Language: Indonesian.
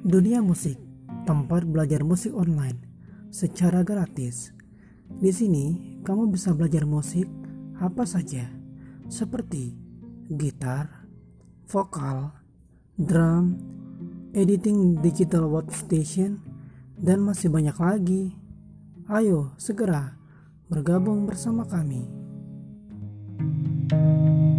Dunia musik, tempat belajar musik online secara gratis. Di sini kamu bisa belajar musik apa saja, seperti gitar, vokal, drum, editing digital workstation, dan masih banyak lagi. Ayo segera bergabung bersama kami.